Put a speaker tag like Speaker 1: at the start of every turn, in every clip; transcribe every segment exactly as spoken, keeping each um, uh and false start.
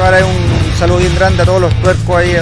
Speaker 1: llevar un saludo bien grande a todos los tuercos ahí.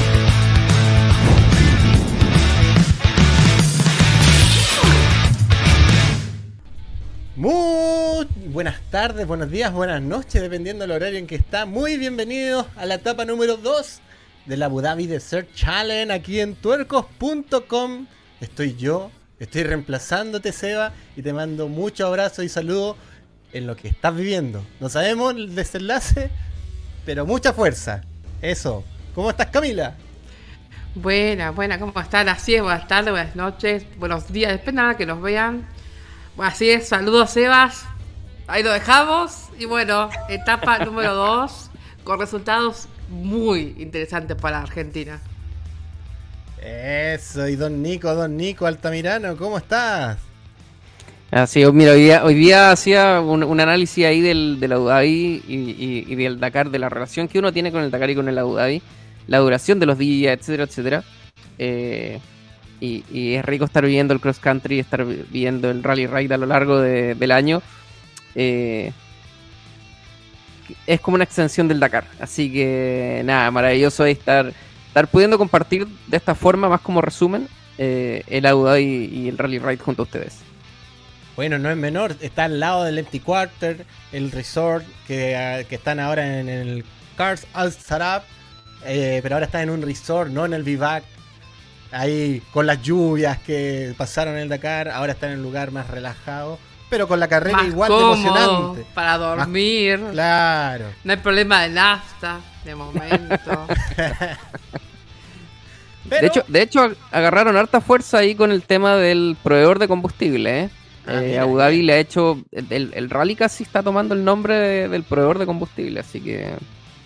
Speaker 1: Muy buenas tardes, buenos días, buenas noches, dependiendo del horario en que está. Muy bienvenidos a la etapa número dos del Abu Dhabi Desert Challenge aquí en tuercos punto com. Estoy yo, estoy reemplazándote, Seba, y te mando muchos abrazos y saludos en lo que estás viviendo. No sabemos el desenlace, pero mucha fuerza. Eso. ¿Cómo estás, Camila?
Speaker 2: Buena, buena, ¿cómo están? Así es, buenas tardes, buenas noches, buenos días, depende de que nos vean. Así es, saludos, Sebas. Ahí lo dejamos. Y bueno, etapa número dos, con resultados muy interesantes para Argentina.
Speaker 1: Eso, y don Nico, don Nico Altamirano, ¿cómo estás?
Speaker 3: Así es, mira, hoy día, hoy día hacía un, un análisis ahí del, del Abu Dhabi y, y, y del Dakar, de la relación que uno tiene con el Dakar y con el Abu Dhabi, la duración de los días, etcétera, etcétera. Eh, y, y es rico estar viviendo el cross country, estar viviendo el rally ride a lo largo de, del año. Eh, es como una extensión del Dakar, así que nada, maravilloso estar, estar pudiendo compartir de esta forma, más como resumen, eh, el Abu Dhabi y el rally ride junto a ustedes.
Speaker 1: Bueno, no es menor, está al lado del Empty Quarter, el resort que, que están ahora en el Kars Al Sarab, eh, pero ahora están en un resort, no en el Vivac, ahí con las lluvias que pasaron en el Dakar, ahora están en un lugar más relajado, pero con la carrera
Speaker 2: más
Speaker 1: igual
Speaker 2: cómodo,
Speaker 1: de emocionante.
Speaker 2: Para dormir.
Speaker 1: Más, claro.
Speaker 2: No hay problema de nafta, de momento.
Speaker 1: Pero,
Speaker 3: de hecho, de hecho, agarraron harta fuerza ahí con el tema del proveedor de combustible, ¿eh?
Speaker 1: Ah,
Speaker 3: eh,
Speaker 1: mira,
Speaker 3: Abu Dhabi
Speaker 1: mira.
Speaker 3: le ha hecho el, el rally casi está tomando el nombre de, del proveedor de combustible, así que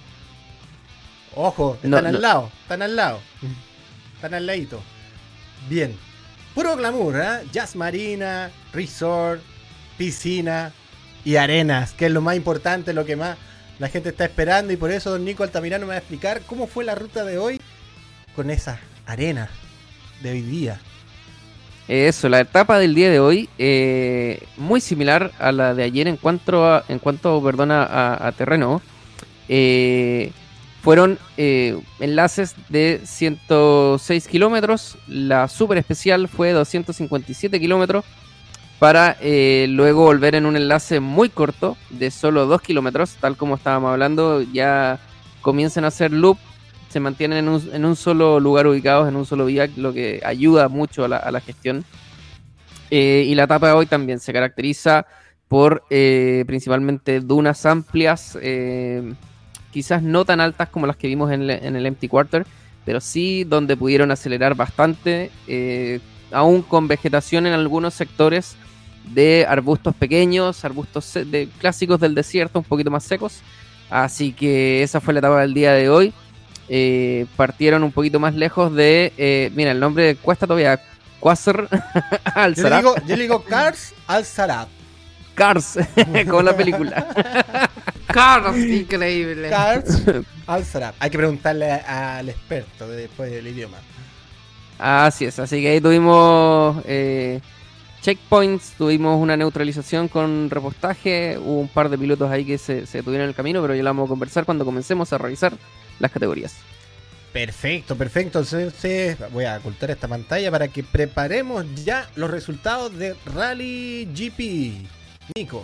Speaker 1: ojo, están
Speaker 3: No,
Speaker 1: al
Speaker 3: no.
Speaker 1: lado, están al lado, están al ladito. Bien, puro glamour, ¿eh? Jazz marina, resort, piscina y arenas, que es lo más importante, lo que más la gente está esperando, y por eso don Nico Altamirano me va a explicar cómo fue la ruta de hoy con esas arenas de hoy día.
Speaker 3: eso, la etapa del día de hoy, eh, muy similar a la de ayer en cuanto a, en cuanto, perdona, a, a terreno. Eh, fueron eh, enlaces de ciento seis kilómetros, la super especial fue doscientos cincuenta y siete kilómetros, para eh, luego volver en un enlace muy corto de solo dos kilómetros, tal como estábamos hablando, ya comienzan a hacer loop, se mantienen en un, en un solo lugar ubicados, en un solo vía, lo que ayuda mucho a la, a la gestión. Eh, y la etapa de hoy también se caracteriza por eh, principalmente dunas amplias, eh, quizás no tan altas como las que vimos en, en el Empty Quarter, pero sí donde pudieron acelerar bastante, eh, aún con vegetación en algunos sectores de arbustos pequeños, arbustos de, clásicos del desierto, un poquito más secos. Así que esa fue la etapa del día de hoy. Eh, partieron un poquito más lejos de, eh, mira, el nombre cuesta todavía, Qasr Al
Speaker 1: Yo le
Speaker 3: Sarab.
Speaker 1: digo, yo le digo Kars Al Sarab.
Speaker 3: Cars, como la película.
Speaker 2: Carlos, increíble.
Speaker 1: Kars Al Sarab. Hay que preguntarle a- al experto de- después del idioma.
Speaker 3: Así es, así que ahí tuvimos eh, checkpoints, tuvimos una neutralización con repostaje, hubo un par de pilotos ahí que se, se detuvieron en el camino, pero ya lo vamos a conversar cuando comencemos a revisar las categorías.
Speaker 1: Perfecto, perfecto. Entonces voy a ocultar esta pantalla para que preparemos ya los resultados de Rally G P. Nico.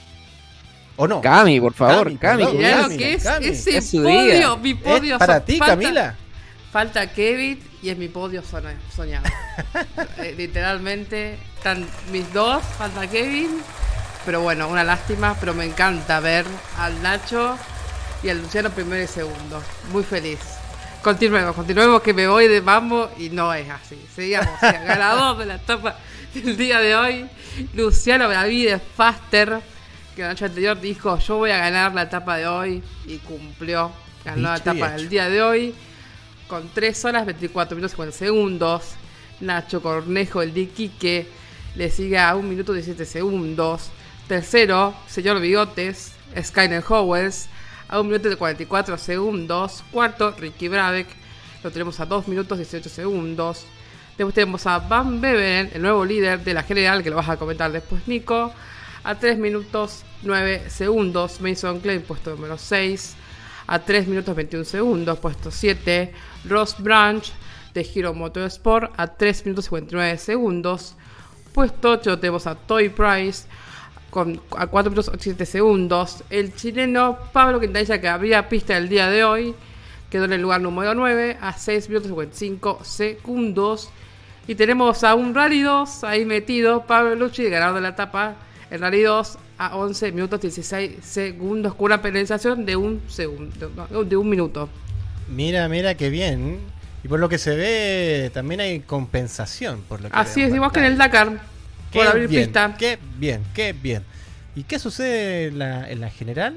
Speaker 1: ¿O no?
Speaker 3: Cami, por favor,
Speaker 1: Cami,
Speaker 3: Cami.
Speaker 1: perdón,
Speaker 2: Mirá lo
Speaker 1: Cami,
Speaker 2: que es
Speaker 1: Cami.
Speaker 2: ese
Speaker 3: Es su
Speaker 2: podio,
Speaker 3: día.
Speaker 2: mi podio.
Speaker 1: ¿Es para
Speaker 2: so-
Speaker 1: ti,
Speaker 2: falta-
Speaker 1: Camila?
Speaker 2: Falta Kevin y es mi podio soña- soñado. Eh, literalmente, están mis dos, falta Kevin. Pero bueno, una lástima, pero me encanta ver al Nacho y al Luciano primero y segundo. Muy feliz. Continuemos, continuemos que me voy de mambo y no es así. Seguimos, o sea, ganador de la etapa del día de hoy, Luciano Benavides Faster, que la noche anterior dijo yo voy a ganar la etapa de hoy y cumplió. Ganó la
Speaker 1: Dicho y
Speaker 2: etapa
Speaker 1: hecho.
Speaker 2: del día de hoy con tres horas veinticuatro minutos cincuenta segundos. Nacho Cornejo, el de Iquique, le sigue a un minuto diecisiete segundos. Tercero, señor Bigotes, Skyler Howells, a un minuto de cuarenta y cuatro segundos. Cuarto, Ricky Brabeck, lo tenemos a dos minutos dieciocho segundos. Después tenemos a Van Beveren, el nuevo líder de la general, que lo vas a comentar después, Nico, a tres minutos nueve segundos. Mason Klein, puesto número seis, a tres minutos veintiún segundos. Puesto siete, Ross Branch de Hero Motorsport a tres minutos cincuenta y nueve segundos. Puesto ocho tenemos a Toby Price con, a cuatro minutos ochenta y siete segundos. El chileno Pablo Quintanilla, que abría pista el día de hoy, quedó en el lugar número nueve a seis minutos cincuenta y cinco segundos. Y tenemos a un Rally dos ahí metido, Pablo Lucci, ganador de la etapa en Rally dos a once minutos dieciséis segundos, con una penalización de un segundo, de un minuto.
Speaker 1: Mira, mira qué bien. Y por lo que se ve, también hay compensación. Por lo que
Speaker 2: Así es, igual que en el Dakar, por abrir
Speaker 1: bien,
Speaker 2: pista.
Speaker 1: Qué bien, qué bien. ¿Y qué sucede en la, en la general?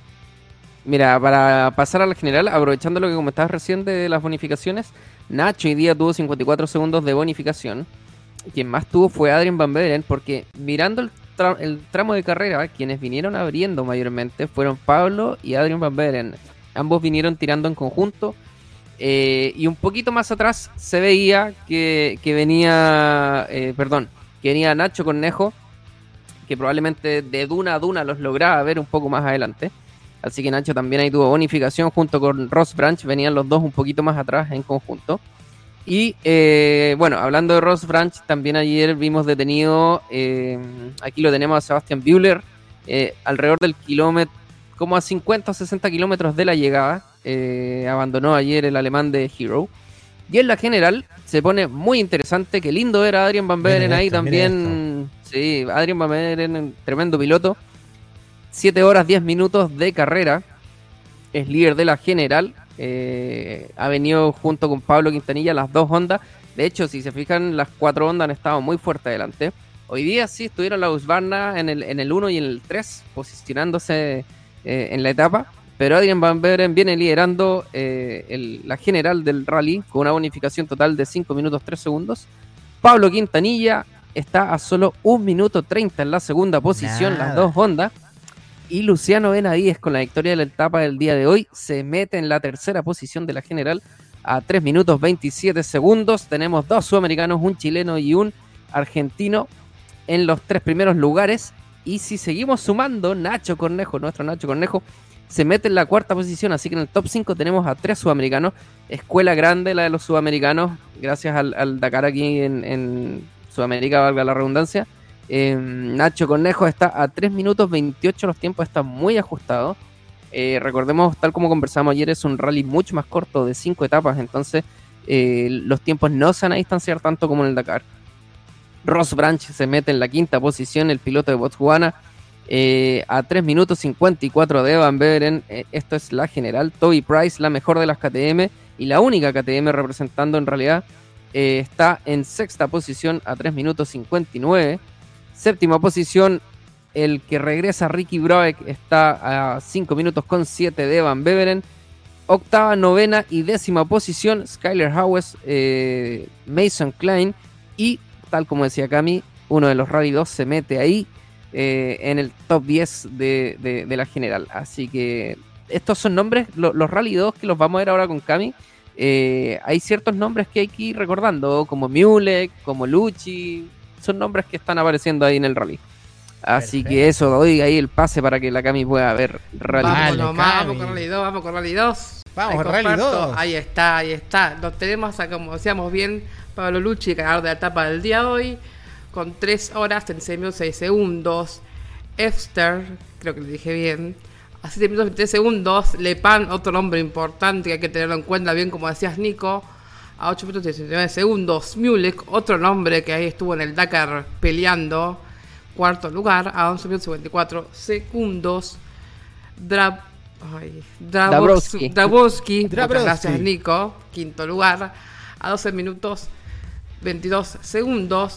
Speaker 3: Mira, para pasar a la general, aprovechando lo que comentabas recién de las bonificaciones, Nacho hoy día tuvo cincuenta y cuatro segundos de bonificación. Quien más tuvo fue Adrian Van Beveren, porque mirando el, tra- el tramo de carrera, quienes vinieron abriendo mayormente fueron Pablo y Adrian Van Beveren. Ambos vinieron tirando en conjunto. Eh, y un poquito más atrás se veía que, que venía, eh, perdón, que venía Nacho Cornejo, que probablemente de duna a duna los lograba ver un poco más adelante. Así que Nacho también ahí tuvo bonificación junto con Ross Branch, venían los dos un poquito más atrás en conjunto. Y eh, bueno, hablando de Ross Branch, también ayer vimos detenido, eh, aquí lo tenemos a Sebastian Buehler, eh, alrededor del kilómetro, como a cincuenta o sesenta kilómetros de la llegada, eh, abandonó ayer el alemán de Hero. Y en la general se pone muy interesante, que lindo era Adrian Van Beveren ahí
Speaker 1: esto,
Speaker 3: también. Sí, Adrian Van Beveren, tremendo piloto. siete horas diez minutos de carrera. Es líder de la general. Eh, ha venido junto con Pablo Quintanilla las dos Hondas. De hecho, si se fijan, las cuatro Hondas han estado muy fuerte adelante. Hoy día sí estuvieron la Husqvarna en el en el uno y en el tres, posicionándose eh, en la etapa. Pero Adrian Van Beveren viene liderando eh, el, la general del rally con una bonificación total de cinco minutos tres segundos. Pablo Quintanilla está a solo un minuto treinta en la segunda posición,
Speaker 1: Nada.
Speaker 3: las dos Hondas. Y Luciano Benavides, con la victoria de la etapa del día de hoy, se mete en la tercera posición de la general a tres minutos veintisiete segundos. Tenemos dos sudamericanos, un chileno y un argentino en los tres primeros lugares. Y si seguimos sumando, Nacho Cornejo, nuestro Nacho Cornejo, se mete en la cuarta posición. Así que en el top cinco tenemos a tres sudamericanos. Escuela grande la de los sudamericanos, gracias al, al Dakar aquí en, en Sudamérica, valga la redundancia. Eh, Nacho Cornejo está a tres minutos veintiocho, los tiempos están muy ajustados. Eh, recordemos, tal como conversamos ayer, es un rally mucho más corto de cinco etapas, entonces eh, los tiempos no se van a distanciar tanto como en el Dakar. Ross Branch se mete en la quinta posición, el piloto de Botswana, eh, a tres minutos cincuenta y cuatro de Van Beveren. Eh, esto es la general. Toby Price, la mejor de las K T M y la única K T M representando en realidad, eh, está en sexta posición a tres minutos cincuenta y nueve. Séptima posición, el que regresa Ricky Broek, está a cinco minutos con siete de Van Beveren. Octava, novena y décima posición, Skyler Howes, eh, Mason Klein. Y tal como decía Cami, uno de los Rally dos se mete ahí eh, en el top diez de, de, de la general. Así que estos son nombres, lo, los Rally dos que los vamos a ver ahora con Cami. Eh, hay ciertos nombres que hay que ir recordando, como Mulek, como Lucci. Son nombres que están apareciendo ahí en el rally. Así Perfecto. Que eso, doy ahí el pase para que la Cami pueda ver rally.
Speaker 2: Vamos
Speaker 1: Vale,
Speaker 2: nomás,
Speaker 1: Cami.
Speaker 2: vamos con rally dos, vamos con rally dos.
Speaker 1: Vamos,
Speaker 2: Ahí
Speaker 1: rally
Speaker 2: comparto.
Speaker 1: dos.
Speaker 2: Ahí está, ahí está. Lo tenemos a, como decíamos bien, Pablo Lucci, ganador de la etapa del día de hoy, con tres horas en seis minutos seis segundos. Efster, creo que le dije bien, a siete minutos veintitrés segundos. Lepan, otro nombre importante que hay que tenerlo en cuenta, bien como decías, Nico, a ocho minutos diecinueve segundos. Mulek, otro nombre que ahí estuvo en el Dakar peleando, cuarto lugar, a once minutos cincuenta y cuatro segundos. Drab, ay,
Speaker 3: Dabrowski.
Speaker 2: Dabrowski, muchas
Speaker 1: Dabrowski.
Speaker 2: gracias, Nico, quinto lugar, a doce minutos veintidós segundos.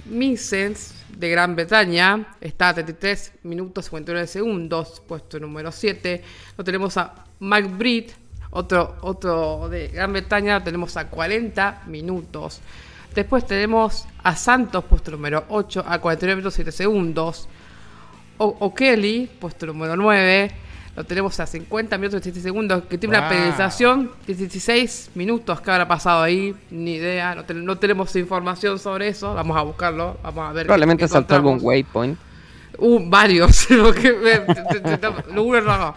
Speaker 2: Misens, de Gran Bretaña, está a treinta y tres minutos cincuenta y nueve segundos, puesto número siete. Lo tenemos a Mike Britt, otro, otro de Gran Bretaña, lo tenemos a cuarenta minutos. Después tenemos a Santos, puesto número ocho, a cuarenta y nueve minutos siete segundos. O- O'Kelly, puesto número nueve, lo tenemos a cincuenta minutos siete segundos, que tiene
Speaker 1: Wow.
Speaker 2: una penalización de dieciséis minutos que habrá pasado ahí, ni idea, no, ten- no tenemos información sobre eso, vamos a buscarlo, vamos a ver.
Speaker 3: Probablemente
Speaker 2: qué- qué
Speaker 3: saltó algún
Speaker 2: encontramos.
Speaker 3: waypoint.
Speaker 2: Uh, varios, porque me- te- te- te- lo uno no, no.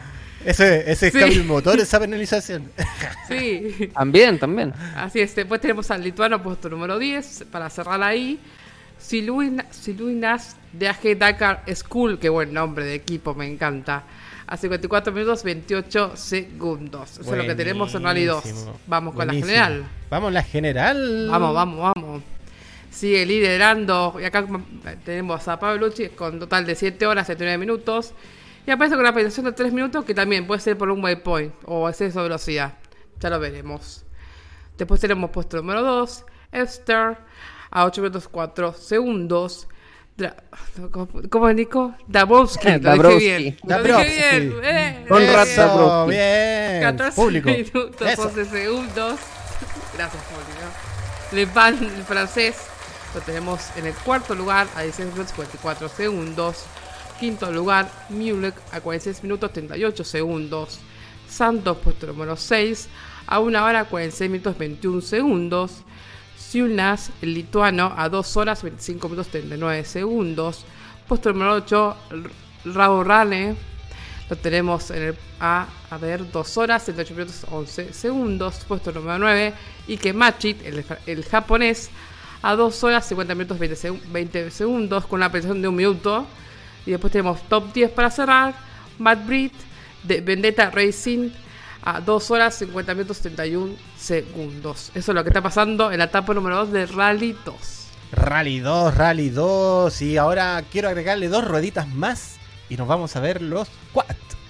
Speaker 1: Ese, ese es
Speaker 2: Sí.
Speaker 1: cambio de motor, esa penalización.
Speaker 2: Sí.
Speaker 3: También, también.
Speaker 2: Así es, después tenemos al lituano puesto número diez, para cerrar ahí. Siluina- Siluinas de A G Dakar School, qué buen nombre de equipo, me encanta. A cincuenta y cuatro minutos veintiocho segundos. Eso es lo que tenemos en Rally dos.
Speaker 1: Buenísimo.
Speaker 2: Vamos con
Speaker 1: Buenísimo.
Speaker 2: la general.
Speaker 1: Vamos, la general.
Speaker 2: Vamos, vamos, vamos. Sigue liderando. Y acá tenemos a Pablo Lucci con total de siete horas, setenta y nueve minutos. Y aparece con una penalización de tres minutos, que también puede ser por un waypoint o exceso de velocidad. Ya lo veremos. Después tenemos puesto número dos, Esther, a ocho minutos cuatro segundos. Dra- ¿Cómo, cómo es, Nico? Dabrowski. Lo dije
Speaker 3: Dabrowski.
Speaker 2: bien. Lo
Speaker 1: Dabrowski.
Speaker 2: dije bien. Eh,
Speaker 3: Conrad
Speaker 2: eh,
Speaker 3: Dabrowski.
Speaker 1: Bien.
Speaker 2: catorce
Speaker 1: Público.
Speaker 2: minutos,
Speaker 1: Eso.
Speaker 2: once segundos. Gracias, público. Le Pan, el francés, lo tenemos en el cuarto lugar a dieciséis minutos cincuenta y cuatro segundos. Quinto lugar, Mulek a cuarenta y seis minutos treinta y ocho segundos. Santos, puesto número seis, a una hora cuarenta y seis minutos veintiuno segundos. Siunas, el lituano, a dos horas veinticinco minutos treinta y nueve segundos. Puesto número ocho, Raúl Rane, lo tenemos en el A, a ver, dos horas treinta y ocho minutos once segundos. Puesto número nueve, Ike Machit, el, el japonés, a dos horas cincuenta minutos veinte, seg- veinte segundos, con una penalización de un minuto. Y después tenemos top diez para cerrar, Matt Britt de Vendetta Racing, a dos horas cincuenta minutos treinta y uno segundos. Eso es lo que está pasando en la etapa número dos de Rally dos.
Speaker 1: Rally dos, Rally dos. Y ahora quiero agregarle dos rueditas más. Y nos vamos a ver los quad.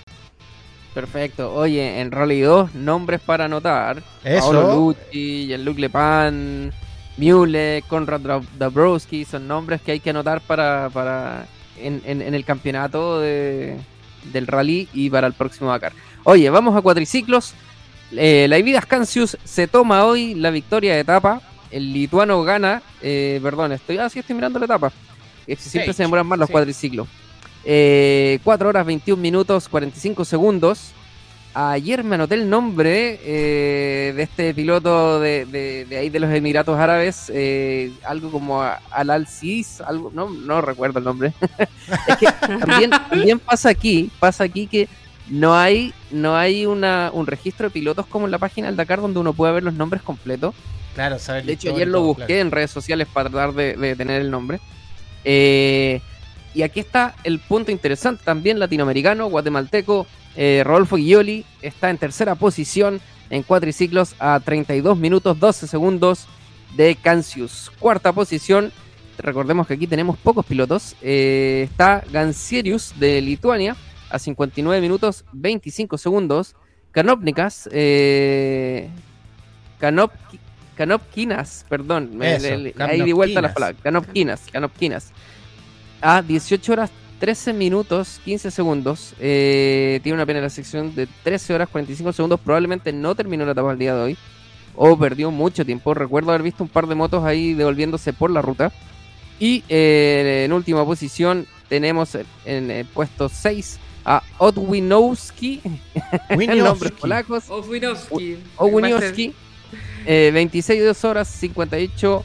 Speaker 3: Perfecto. Oye, en Rally dos, nombres para anotar.
Speaker 1: Eso.
Speaker 3: Paolo Lucci, Jean-Luc Lepan, Mulek, Conrad Dra- Dabrowski. Son nombres que hay que anotar para, para en, en- en el campeonato de, del Rally y para el próximo Dakar. Oye, vamos a cuatriciclos. Eh, la Ividas Cancius se toma hoy la victoria de etapa. El lituano gana. Eh, perdón, estoy así, estoy mirando la etapa. Es que siempre
Speaker 1: Stage,
Speaker 3: se demoran más los
Speaker 1: sí.
Speaker 3: cuatriciclos. Eh, cuatro horas veintiún minutos cuarenta y cinco segundos. Ayer me anoté el nombre eh, de este piloto de, de, de ahí de los Emiratos Árabes, eh, algo como a- Al-Al-Sis, algo, no, no recuerdo el nombre. Es que también, también pasa aquí, pasa aquí que no hay, no hay una, un registro de pilotos como en la página del Dakar donde uno puede ver los nombres completos.
Speaker 1: Claro, saber
Speaker 3: De hecho, ayer lo busqué en redes sociales para tratar de, de tener el nombre. Eh, y aquí está el punto interesante también, latinoamericano, guatemalteco, eh, Rodolfo Guioli está en tercera posición en cuatriciclos a treinta y dos minutos doce segundos de Cancius. Cuarta posición, recordemos que aquí tenemos pocos pilotos, eh, está Ganserius de Lituania a cincuenta y nueve minutos veinticinco segundos. Kanopnikas, eh, Kanop, Kanopkinas, perdón, me-
Speaker 1: Eso,
Speaker 3: le- le- ahí di vuelta las
Speaker 1: Kanopkinas.
Speaker 3: palabras. Kanopkinas, Kanopkinas. A dieciocho horas trece minutos quince segundos. Eh, tiene una penalización de trece horas cuarenta y cinco segundos. Probablemente no terminó la etapa el día de hoy. O perdió mucho tiempo. Recuerdo haber visto un par de motos ahí devolviéndose por la ruta. Y eh, en última posición tenemos en, en el puesto seis a Otwinowski. El nombre polacos.
Speaker 2: Owinowski.
Speaker 3: Owinowski. Eh, veintiséis horas cincuenta y ocho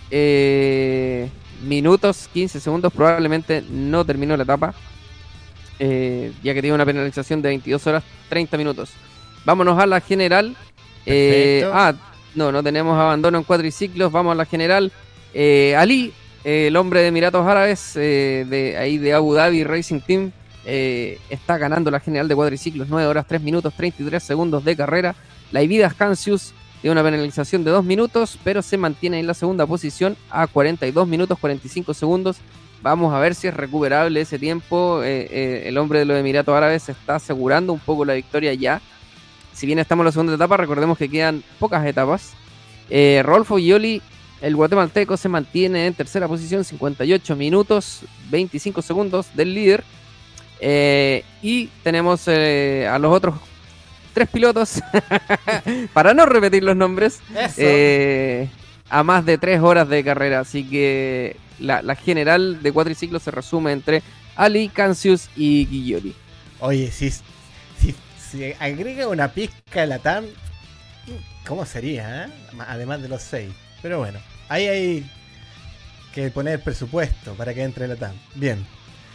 Speaker 3: eh, minutos quince segundos. Probablemente no terminó la etapa, eh, ya que tiene una penalización de veintidós horas treinta minutos. Vámonos a la general. Eh,
Speaker 1: Perfecto.
Speaker 3: ah, no, no tenemos abandono en cuatriciclos. Vamos a la general. Eh, Ali, eh, el hombre de Emiratos Árabes, eh, de ahí de Abu Dhabi Racing Team, eh, está ganando la general de cuatriciclos. nueve horas tres minutos treinta y tres segundos de carrera. La Ividas Cancius tiene una penalización de dos minutos, pero se mantiene en la segunda posición a cuarenta y dos minutos cuarenta y cinco segundos. Vamos a ver si es recuperable ese tiempo. Eh, eh, el hombre de los Emiratos Árabes está asegurando un poco la victoria ya. Si bien estamos en la segunda etapa, recordemos que quedan pocas etapas. Eh, Rodolfo Guioli, el guatemalteco, se mantiene en tercera posición, cincuenta y ocho minutos veinticinco segundos del líder. Eh, y tenemos eh, a los otros tres pilotos, para no repetir los nombres,
Speaker 1: Eso.
Speaker 3: eh, a más de tres horas de carrera. Así que la, la general de cuatriciclos se resume entre Ali, Cancius y Guioli.
Speaker 1: Oye, si, si, si agrega una pizca a la T A M, ¿cómo sería? Eh? Además de los seis. Pero bueno, ahí hay que poner presupuesto para que entre la T A M. Bien.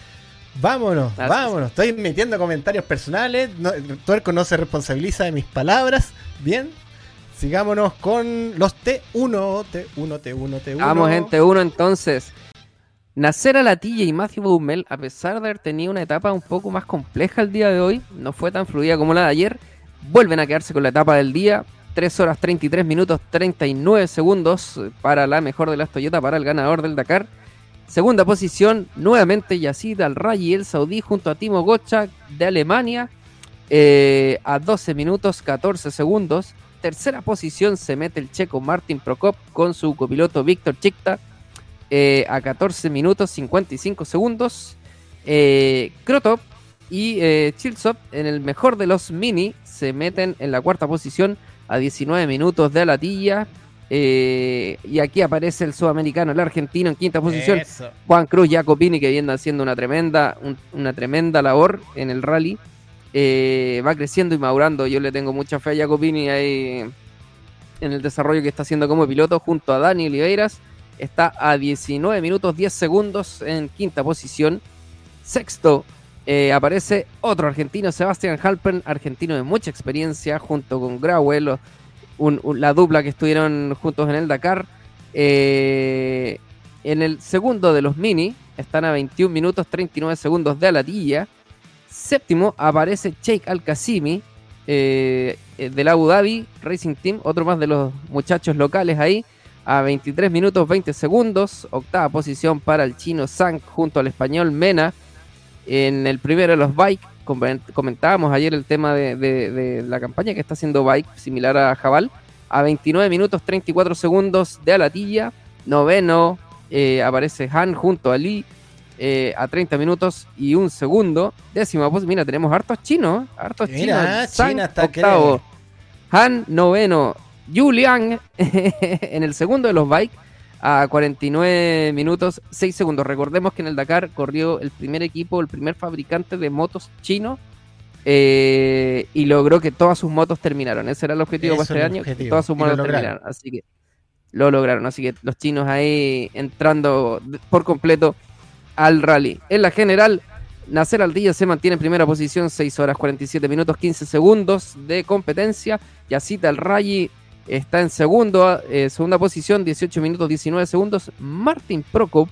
Speaker 1: Vámonos,
Speaker 3: Así
Speaker 1: vámonos. Estoy metiendo comentarios personales. No, Tuerco no se responsabiliza de mis palabras. Bien. Sigámonos con los T uno, T uno, T uno, T uno.
Speaker 3: Vamos en T uno entonces. Nasser Al-Attiyah y Matthew Baumel, a pesar de haber tenido una etapa un poco más compleja el día de hoy, no fue tan fluida como la de ayer, vuelven a quedarse con la etapa del día. tres horas treinta y tres minutos treinta y nueve segundos para la mejor de las Toyota, para el ganador del Dakar. Segunda posición, nuevamente Yazid Al-Rayi, el saudí, junto a Timo Gottschalk de Alemania, eh, a doce minutos catorce segundos. Tercera posición se mete el checo Martin Prokop con su copiloto Víctor Chikta, eh, a catorce minutos cincuenta y cinco segundos. Eh, Krotov y eh, Chilsov, en el mejor de los mini, se meten en la cuarta posición a diecinueve minutos de Al-Attiyah. Eh, y aquí aparece el sudamericano, el argentino, en quinta posición. Eso. Juan Cruz Jacopini, que viene haciendo una tremenda, un, una tremenda labor en el rally. Eh, va creciendo y madurando. Yo le tengo mucha fe a Jacopini ahí en el desarrollo que está haciendo como piloto, junto a Dani Oliveiras. Está a diecinueve minutos diez segundos en quinta posición. Sexto, eh, aparece otro argentino, Sebastian Halpern, argentino de mucha experiencia, junto con Grauel, un, un, la dupla que estuvieron juntos en el Dakar. Eh, en el segundo de los mini están a veintiún minutos treinta y nueve segundos de Al-Attiyah. Séptimo aparece Sheikh Al-Qasimi, eh, del Abu Dhabi Racing Team, otro más de los muchachos locales ahí, a veintitrés minutos veinte segundos. Octava posición para el chino Zhang junto al español Mena. En el primero de los bike, comentábamos ayer el tema de, de, de la campaña que está haciendo Bike, similar a Jabal, a veintinueve minutos treinta y cuatro segundos de Al-Attiyah. Noveno eh, aparece Han junto a Lee, eh, a treinta minutos y un segundo. Décima, pues mira, tenemos hartos chinos, hartos
Speaker 1: mira,
Speaker 3: chinos. Zhang,
Speaker 1: China está
Speaker 3: octavo. Han, noveno. Julian en el segundo de los bike, a cuarenta y nueve minutos seis segundos. Recordemos que en el Dakar corrió el primer equipo, el primer fabricante de motos chino, eh, y logró que todas sus motos terminaron. Ese era el objetivo para este año, que todas sus motos terminaron. Así que lo lograron. Así que los chinos ahí entrando por completo al rally. En la general, Nasser Al-Attiyah se mantiene en primera posición, seis horas cuarenta y siete minutos quince segundos de competencia. Yazid Al-Rayi está en segundo, eh, segunda posición, dieciocho minutos diecinueve segundos. Martin Prokop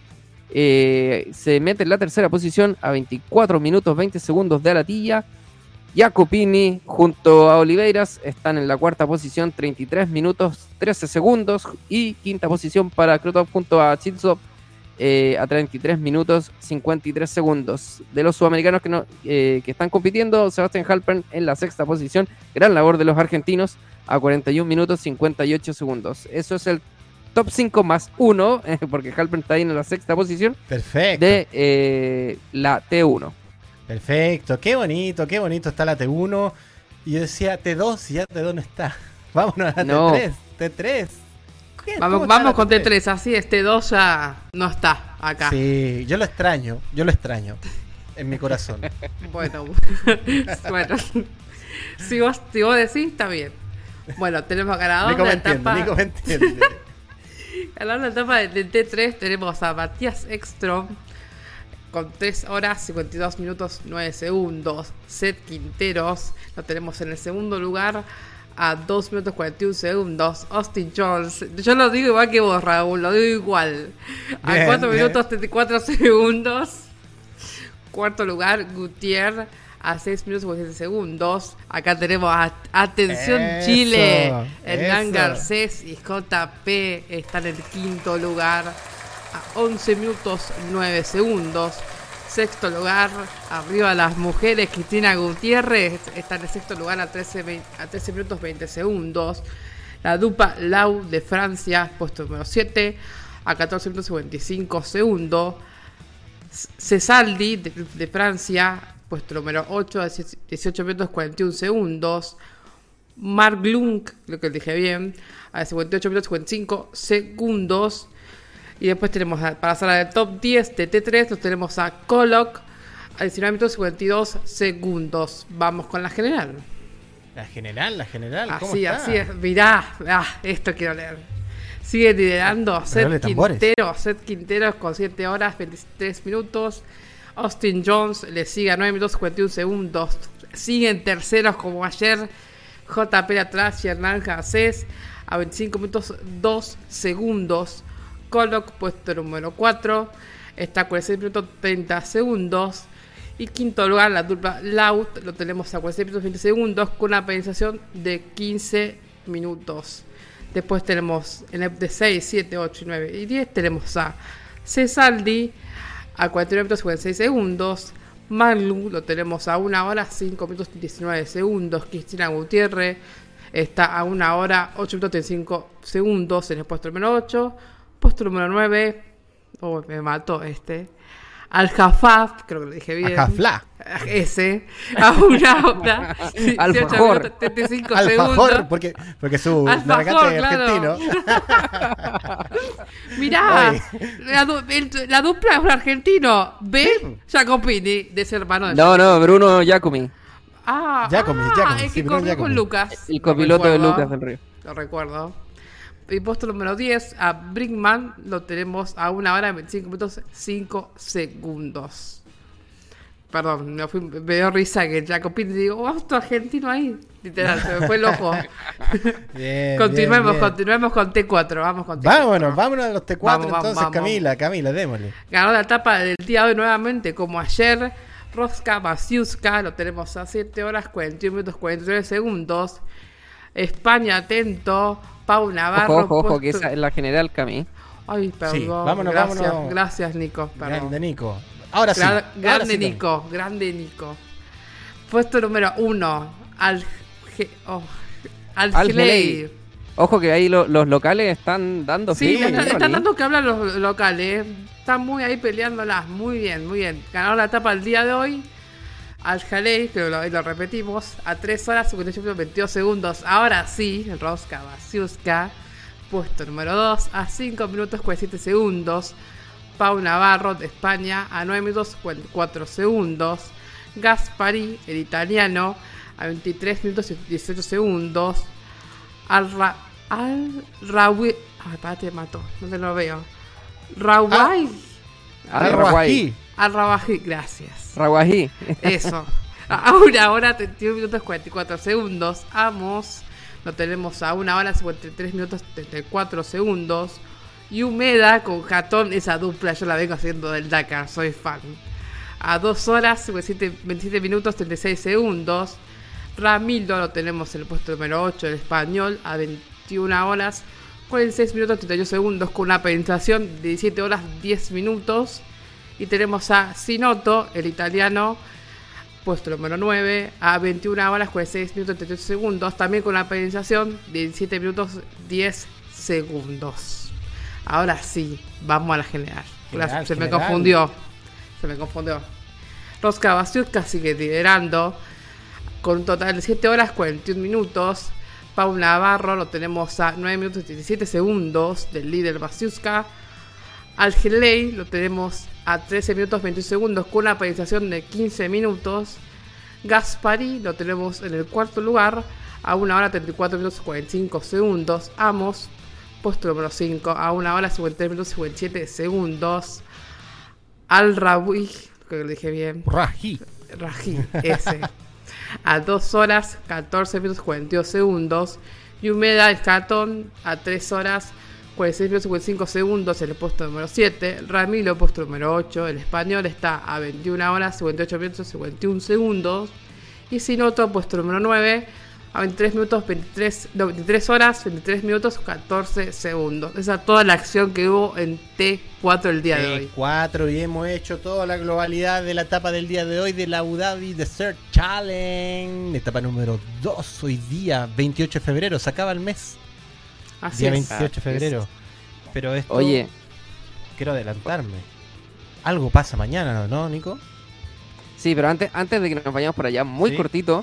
Speaker 3: eh, se mete en la tercera posición a veinticuatro minutos veinte segundos de Al-Attiyah. Jacopini junto a Oliveiras están en la cuarta posición, treinta y tres minutos trece segundos. Y quinta posición para Krotov junto a Chilsov, eh, a treinta y tres minutos cincuenta y tres segundos. De los sudamericanos que, no, eh, que están compitiendo, Sebastian Halpern en la sexta posición. Gran labor de los argentinos, a cuarenta y un minutos cincuenta y ocho segundos. Eso es el top cinco más uno, eh, porque Halpern está ahí en la sexta posición.
Speaker 1: Perfecto.
Speaker 3: De eh, la T uno.
Speaker 1: Perfecto, qué bonito, qué bonito está la T uno. Y yo decía T dos y ya T dos no está. Vámonos a la no. T tres. T tres.
Speaker 2: Vamos, vamos con T tres? T tres, así es, T dos ya no está acá.
Speaker 1: Sí, yo lo extraño, yo lo extraño en mi corazón.
Speaker 2: Bueno, bueno. Si vos, si vos decís, está bien. Bueno, tenemos ganador de la etapa.
Speaker 1: Nico me entiende.
Speaker 2: Ganador de la etapa de T tres tenemos a Matías Ekström con tres horas cincuenta y dos minutos nueve segundos. Seth Quinteros lo tenemos en el segundo lugar a dos minutos cuarenta y un segundos. Austin Jones, yo lo digo igual que vos, Raúl, lo digo igual. A bien, cuatro minutos treinta y cuatro segundos. Cuarto lugar, Gutiérrez a seis minutos cuarenta y siete segundos. Acá tenemos a, atención eso, Chile, Hernán Garcés y J P están en el quinto lugar a once minutos nueve segundos. Sexto lugar, arriba las mujeres, Cristina Gutiérrez está en el sexto lugar a trece, veinte, a trece minutos veinte segundos. La dupla Lau de Francia, puesto número siete, a catorce minutos cincuenta y cinco segundos. Cesaldi de, de Francia, puesto número ocho, a dieciocho minutos cuarenta y un segundos. Mark Lunk, creo que lo dije bien, a cincuenta y ocho minutos cincuenta y cinco segundos. Y después tenemos, para pasar al top diez de T tres, nos tenemos a Kolok a diecinueve minutos cincuenta y dos segundos. Vamos con la general.
Speaker 1: La general, la general, ¿cómo
Speaker 2: así,
Speaker 1: está?
Speaker 2: Así es, mirá, ah, esto quiero leer. Sigue liderando Seth Quintero, Seth Quintero con siete horas veintitrés minutos. Austin Jones le sigue a nueve minutos cincuenta y uno segundos. Siguen terceros como ayer J P atrás y Hernán Garcés a veinticinco minutos dos segundos. Coloc, puesto número cuatro, está a cuarenta y seis minutos treinta segundos. Y quinto lugar, la dupla Laut, lo tenemos a cuarenta y seis minutos veinte segundos con una penalización de quince minutos. Después tenemos en el de seis, siete, ocho, nueve y diez tenemos a Cesaldi a cuarenta y nueve minutos cincuenta y seis segundos. Maglu lo tenemos a una hora cinco minutos diecinueve segundos. Cristina Gutiérrez está a una hora ocho minutos treinta y cinco segundos en el puesto número ocho. Puesto número nueve, oh, me mató este. Al-Jafaf, creo que lo dije bien.
Speaker 1: Al-Jafla.
Speaker 2: Ese, a una hora
Speaker 3: Alfajor.
Speaker 2: treinta y cinco
Speaker 1: Alfajor,
Speaker 2: segundos.
Speaker 1: porque, porque su
Speaker 2: Alfajor,
Speaker 1: navegante
Speaker 2: claro.
Speaker 1: argentino.
Speaker 2: Mirá,
Speaker 1: Oye.
Speaker 2: la, du- el- la dupla es un argentino. B. Jacopini, de ese hermano de
Speaker 3: No, no, Bruno Giacomi,
Speaker 2: Ah,
Speaker 1: Giacomi,
Speaker 2: ah,
Speaker 1: Giacomi,
Speaker 2: es
Speaker 1: sí,
Speaker 2: que
Speaker 1: Bruno
Speaker 2: corrió
Speaker 1: Giacomi.
Speaker 2: con Lucas.
Speaker 3: el
Speaker 2: Lo
Speaker 3: copiloto de
Speaker 2: recuerdo,
Speaker 3: Lucas del Río.
Speaker 2: Lo recuerdo. Y puesto número diez, a Brinkman lo tenemos a una hora veinticinco minutos cinco segundos. Perdón, me, fui, me dio risa que Jacopini digo, oh, otro argentino ahí. Literal, se me fue el ojo.
Speaker 1: Bien,
Speaker 2: continuemos,
Speaker 1: bien, bien.
Speaker 2: continuemos con T cuatro. Vamos con T cuatro.
Speaker 1: Vámonos, vámonos a los T cuatro
Speaker 2: Vamos, vamos,
Speaker 1: entonces,
Speaker 2: vamos.
Speaker 1: Camila, Camila, démosle.
Speaker 2: Ganó la etapa del día de hoy nuevamente, como ayer. Roska Masiuska, lo tenemos a siete horas cuarenta y uno minutos cuarenta y nueve segundos. España, atento. Pau Navarro.
Speaker 3: Ojo, ojo, ojo, que
Speaker 2: puesto-
Speaker 3: esa es la general Cami.
Speaker 2: Ay, perdón.
Speaker 1: Sí, vámonos,
Speaker 2: gracias,
Speaker 1: vámonos.
Speaker 2: gracias, Nico. Perdón.
Speaker 1: Grande Nico. Ahora sí.
Speaker 2: Gra-
Speaker 1: ahora
Speaker 2: grande
Speaker 1: sí,
Speaker 2: Nico, grande Nico. Puesto número uno. Al. Oh, al
Speaker 3: Al-Gelei. Ojo que ahí lo- los locales están dando
Speaker 2: Sí,
Speaker 3: firme,
Speaker 2: están,
Speaker 3: ¿no?
Speaker 2: están dando que hablar los locales. Están muy ahí peleándolas. Muy bien, muy bien. Ganaron la etapa el día de hoy. Al-Jalei, que lo, lo repetimos, a tres horas cincuenta y ocho minutos veintidós segundos. Ahora sí, Roska Masiuska, puesto número dos, a cinco minutos cuarenta y siete segundos. Pau Navarro, de España, a nueve minutos cuarenta y cuatro segundos. Gaspari, el italiano, a veintitrés minutos y dieciocho segundos. Al-Ra... Al-Rawi... Ay, parate, mató, no te lo veo. Rawai.
Speaker 3: Al-Rawahi.
Speaker 2: Al-Rawahi, gracias.
Speaker 3: Rawahi.
Speaker 2: Eso. A una hora treinta y uno minutos cuarenta y cuatro segundos. Amos. Lo tenemos a una hora cincuenta y tres minutos treinta y cuatro segundos. Y Humeda con Jatón, esa dupla yo la vengo haciendo del Dakar, soy fan. A dos horas cincuenta y siete, veintisiete minutos treinta y seis segundos. Ramildo lo tenemos en el puesto número ocho, el español, a veintiuna horas cuarenta y seis minutos treinta y ocho segundos con una penetración de diecisiete horas diez minutos. Y tenemos a Sinotto, el italiano, puesto número nueve, a veintiuna horas cuarenta y seis minutos treinta y ocho segundos, también con una penalización de diecisiete minutos diez segundos. Ahora sí, vamos a la general.
Speaker 1: General,
Speaker 2: Gracias, se me
Speaker 1: general.
Speaker 2: confundió. Se me confundió. Roska Masiuska sigue liderando con un total de siete horas cuarenta y uno minutos. Pau Navarro lo tenemos a nueve minutos diecisiete segundos del líder Masiuska. Al-Jalei lo tenemos a trece minutos veintiocho segundos con una penalización de quince minutos. Gaspari lo tenemos en el cuarto lugar a una hora treinta y cuatro minutos cuarenta y cinco segundos. Amos, puesto número cinco, a una hora cincuenta y tres minutos cincuenta y siete segundos. Al-Rawi, creo que lo dije bien.
Speaker 1: Raji.
Speaker 2: Raji, ese. A dos horas catorce minutos cuarenta y dos segundos. Y Humeda el Catón a tres horas cuarenta y seis minutos cincuenta y cinco segundos en el puesto número siete. Ramilo, puesto número ocho. El español está a veintiuna horas cincuenta y ocho minutos cincuenta y uno segundos. Y Sinotto, puesto número nueve, a veintitrés minutos veintitrés, no, veintitrés horas veintitrés minutos catorce segundos. Esa es toda la acción que hubo en T cuatro el día de hoy.
Speaker 1: T cuatro y hemos hecho toda la globalidad de la etapa del día de hoy de la Abu Dhabi Desert Challenge. Etapa número dos hoy día, veintiocho de febrero, se acaba el mes.
Speaker 2: Así
Speaker 1: Día
Speaker 2: es.
Speaker 1: veintiocho de febrero. Pero esto,
Speaker 3: Oye,
Speaker 1: quiero adelantarme. Algo pasa mañana, ¿no, Nico?
Speaker 3: sí, pero antes, antes de que nos vayamos por allá, muy
Speaker 1: Sí.
Speaker 3: cortito,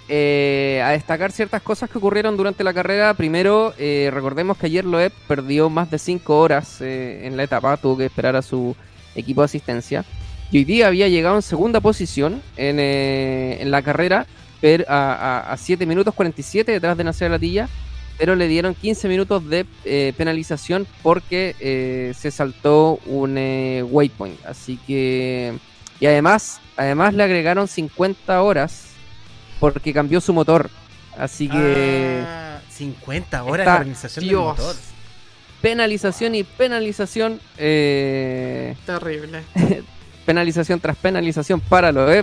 Speaker 3: eh, a destacar ciertas cosas que ocurrieron durante la carrera. Primero, eh, recordemos que ayer Loeb perdió más de cinco horas eh, en la etapa, tuvo que esperar a su equipo de asistencia. Y hoy día había llegado en segunda posición en, eh, en la carrera, per- a, a, a siete minutos cuarenta y siete detrás de Nasser Latilla, pero le dieron quince minutos de eh, penalización porque eh, se saltó un eh, waypoint. Así que Y además, además le agregaron cincuenta horas porque cambió su motor. Así que...
Speaker 1: Ah, cincuenta horas
Speaker 3: está,
Speaker 1: de organización del
Speaker 2: Dios.
Speaker 1: motor.
Speaker 3: Penalización y penalización. Eh,
Speaker 2: Terrible.
Speaker 3: penalización tras penalización para Loeb.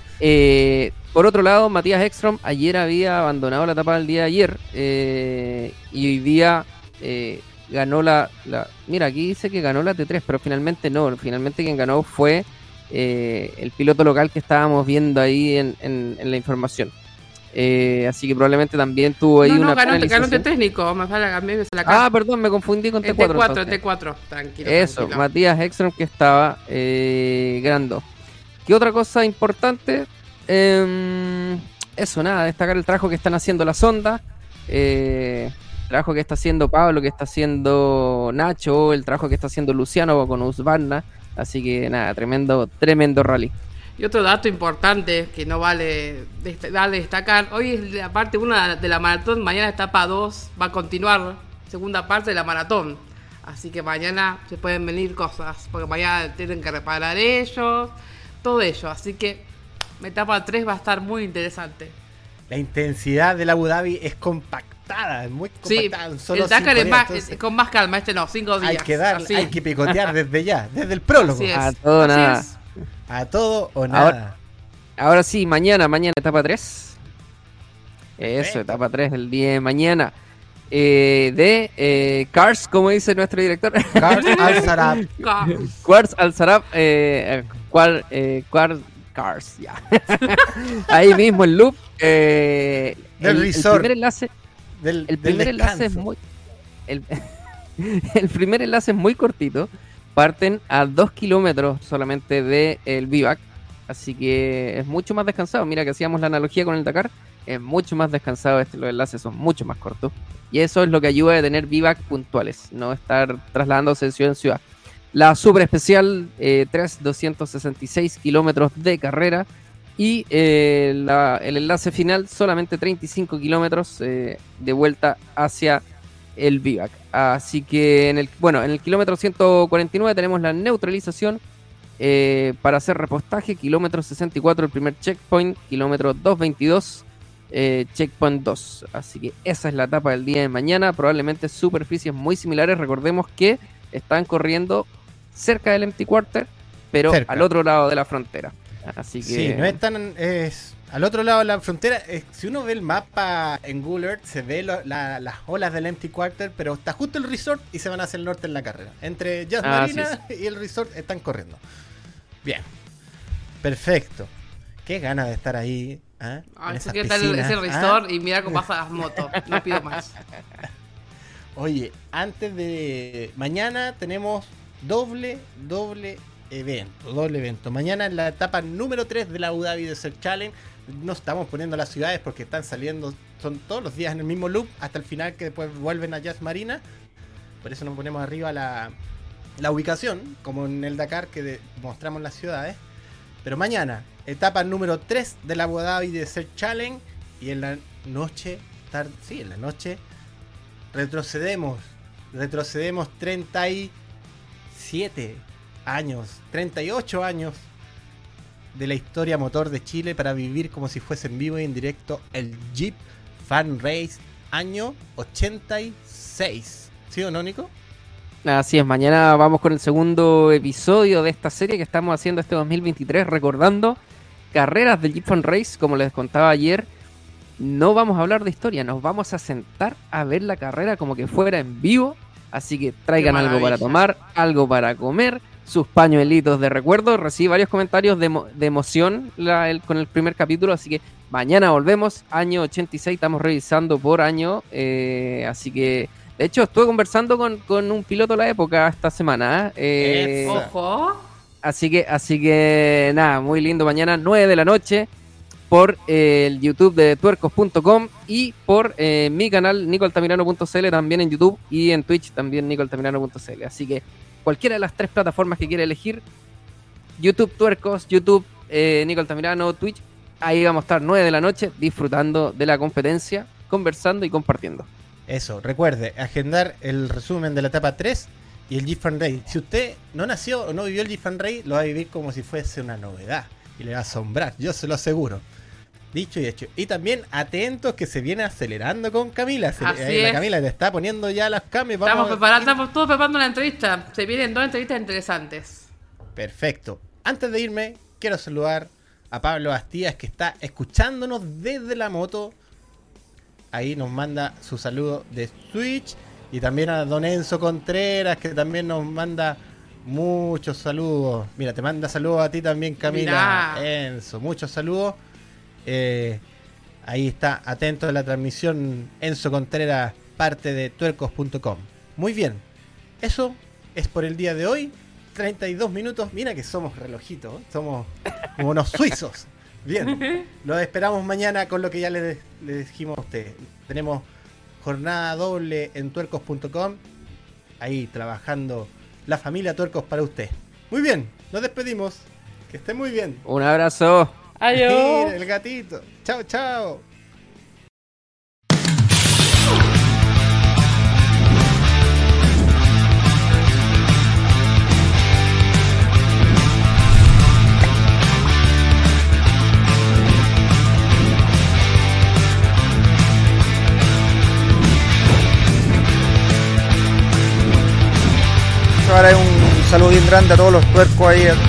Speaker 3: Eh, por otro lado, Matías Ekstrom ayer había abandonado la etapa del día de ayer. Eh, y hoy día eh, ganó la, la... Mira, aquí dice que ganó la T tres, pero finalmente no. Finalmente quien ganó fue eh, el piloto local que estábamos viendo ahí en, en, en la información. Eh, así que probablemente también tuvo ahí
Speaker 2: no, no,
Speaker 3: una
Speaker 2: ganó,
Speaker 3: penalización.
Speaker 2: ganó T técnico, me falta a mí me se la cara.
Speaker 3: Ah, perdón, me confundí con T
Speaker 2: El
Speaker 3: cuatro.
Speaker 2: T cuatro,
Speaker 3: entonces.
Speaker 2: T cuatro, tranquilo.
Speaker 3: Eso,
Speaker 2: tranquilo.
Speaker 3: Matías Ekstrom que estaba eh, ganando. ¿Qué otra cosa importante? Eh, eso, nada, destacar el trabajo que están haciendo las ondas, eh, el trabajo que está haciendo Pablo, que está haciendo Nacho, el trabajo que está haciendo Luciano con Husqvarna. Así que nada, tremendo, tremendo rally.
Speaker 2: Y otro dato importante que no vale dest- darle destacar, hoy es la parte uno de la maratón, mañana etapa dos, va a continuar, segunda parte de la maratón. Así que mañana se pueden venir cosas, porque mañana tienen que reparar ellos, todo ello. Así que etapa tres va a estar muy interesante.
Speaker 1: La intensidad del Abu Dhabi es compactada, es muy
Speaker 2: Sí,
Speaker 1: compactada. en solo
Speaker 2: el Dakar
Speaker 1: cinco
Speaker 2: es más,
Speaker 1: días, entonces
Speaker 2: es con más calma, este no, cinco días.
Speaker 1: hay que dar,
Speaker 2: así.
Speaker 1: hay que picotear desde ya, desde el prólogo.
Speaker 2: Así es.
Speaker 3: A todo
Speaker 2: así
Speaker 3: nada.
Speaker 2: es.
Speaker 1: A todo o nada.
Speaker 3: Ahora- Ahora sí, mañana, mañana etapa tres. Eso,
Speaker 1: Perfecto.
Speaker 3: etapa tres del día de mañana. Eh, de eh, Cars, como dice nuestro director.
Speaker 1: Cars Al Sarab.
Speaker 2: Ca-
Speaker 3: Quartz Al Sarab. Eh, cual, eh, Quartz Cars, ya. Ahí mismo el loop. Eh,
Speaker 1: Del
Speaker 3: el, el
Speaker 1: resort.
Speaker 3: primer enlace,
Speaker 1: Del,
Speaker 3: el
Speaker 1: del
Speaker 3: primer enlace es
Speaker 1: descanso.
Speaker 3: muy. El, el primer enlace es muy cortito. Parten a dos kilómetros solamente del vivac. Así que es mucho más descansado. Mira que hacíamos la analogía con el Dakar. Es mucho más descansado. Este, los enlaces son mucho más cortos. Y eso es lo que ayuda a tener vivac puntuales. No estar trasladándose de ciudad en ciudad. La super especial, eh, tres doscientos sesenta y seis kilómetros de carrera. Y eh, la, el enlace final, solamente treinta y cinco kilómetros eh, de vuelta hacia el vivac. Así que, en el bueno, en el kilómetro ciento cuarenta y nueve tenemos la neutralización. Eh, para hacer repostaje, kilómetro sesenta y cuatro el primer checkpoint, kilómetro doscientos veintidós eh, checkpoint dos. Así que esa es la etapa del día de mañana. Probablemente superficies muy similares. Recordemos que están corriendo cerca del empty quarter, pero
Speaker 1: Cerca.
Speaker 3: al otro lado de la frontera. Así que
Speaker 1: Sí, no es tan. Es, al otro lado de la frontera, es- si uno ve el mapa en Google Earth, se ve lo- la- las olas del Empty Quarter, pero está justo el resort y se van hacia el norte en la carrera. Entre Jazz
Speaker 3: Ah,
Speaker 1: Marina y el resort están corriendo. Bien, perfecto. Qué ganas de estar ahí. ¿eh? En
Speaker 2: Ay,
Speaker 1: esas
Speaker 2: ¿qué tal
Speaker 1: piscinas,
Speaker 2: ese
Speaker 1: ¿ah?
Speaker 2: resort? Y mira cómo pasan las motos. No pido más.
Speaker 1: Oye, antes de. Mañana tenemos doble, doble evento. Doble evento. Mañana en la etapa número tres de la Abu Dhabi Desert Challenge. No estamos poniendo las ciudades porque están saliendo. Son todos los días en el mismo loop hasta el final que después vuelven a Jazz Marina. Por eso nos ponemos arriba la, la ubicación, como en el Dakar que de- mostramos las ciudades. Pero mañana, etapa número tres de la Abu Dhabi Desert Challenge. Y en la noche, tarde, sí, en la noche. Retrocedemos, retrocedemos treinta y siete años, treinta y ocho años de la historia motor de Chile para vivir como si fuese en vivo y en directo el Jeep Fan Race año ochenta y seis. ¿Sí o no, Nico?
Speaker 3: así es, mañana vamos con el segundo episodio de esta serie que estamos haciendo este dos mil veintitrés, recordando carreras del Jeep Fan Race, como les contaba ayer. No vamos a hablar de historia, nos vamos a sentar a ver la carrera como que fuera en vivo. Así que traigan
Speaker 2: Qué
Speaker 3: algo para
Speaker 2: maravilla.
Speaker 3: tomar, algo para comer, sus pañuelitos de recuerdo. Recibí varios comentarios de, emo- de emoción la- el- con el primer capítulo, así que mañana volvemos, año ochenta y seis, estamos revisando por año. eh, así que, de hecho, estuve conversando con, con un piloto de la época esta semana. eh,
Speaker 1: Eso.
Speaker 2: Ojo.
Speaker 3: Así que, así que nada, muy lindo. Mañana nueve de la noche por eh, el YouTube de tuercos punto com y por eh, mi canal nico altamirano punto c l también en YouTube y en Twitch también nico altamirano punto c l. Así que cualquiera de las tres plataformas que quiera elegir, YouTube Tuercos, YouTube eh, Nico Altamirano, Twitch, ahí vamos a estar nueve de la noche disfrutando de la competencia, conversando y compartiendo.
Speaker 1: Eso, recuerde, agendar el resumen de la etapa tres y el G-Fan Ray. Si usted no nació o no vivió el G-Fan Ray, lo va a vivir como si fuese una novedad. Y le va a asombrar, yo se lo aseguro. Dicho y hecho. Y también atentos que se viene acelerando con Camila. Se,
Speaker 2: Así
Speaker 1: eh, la
Speaker 2: es.
Speaker 1: Camila le está poniendo ya las cambios.
Speaker 2: Estamos
Speaker 1: Vamos a-
Speaker 2: preparando, estamos todos preparando la entrevista. Se vienen dos entrevistas interesantes.
Speaker 1: Perfecto. Antes de irme, quiero saludar a Pablo Bastías, que está escuchándonos desde la moto. Ahí nos manda su saludo de Switch. Y también a don Enzo Contreras, que también nos manda muchos saludos. Mira, te manda saludos a ti también, Camila.
Speaker 2: Mirá.
Speaker 1: Enzo, muchos saludos. Eh, ahí está, atento a la transmisión Enzo Contreras, parte de tuercos punto com. Muy bien, eso es por el día de hoy. treinta y dos minutos. Mira que somos relojitos, ¿eh? Somos como unos suizos. Bien, los esperamos mañana con lo que ya le, le dijimos a ustedes. Tenemos jornada doble en tuercos punto com. Ahí trabajando la familia Tuercos para usted. Muy bien, nos despedimos. Que esté muy bien.
Speaker 3: Un abrazo.
Speaker 2: Adiós.
Speaker 1: Mira, el gatito. Chao, chao.
Speaker 4: Ahora un saludo bien grande a todos los tuercos ahí,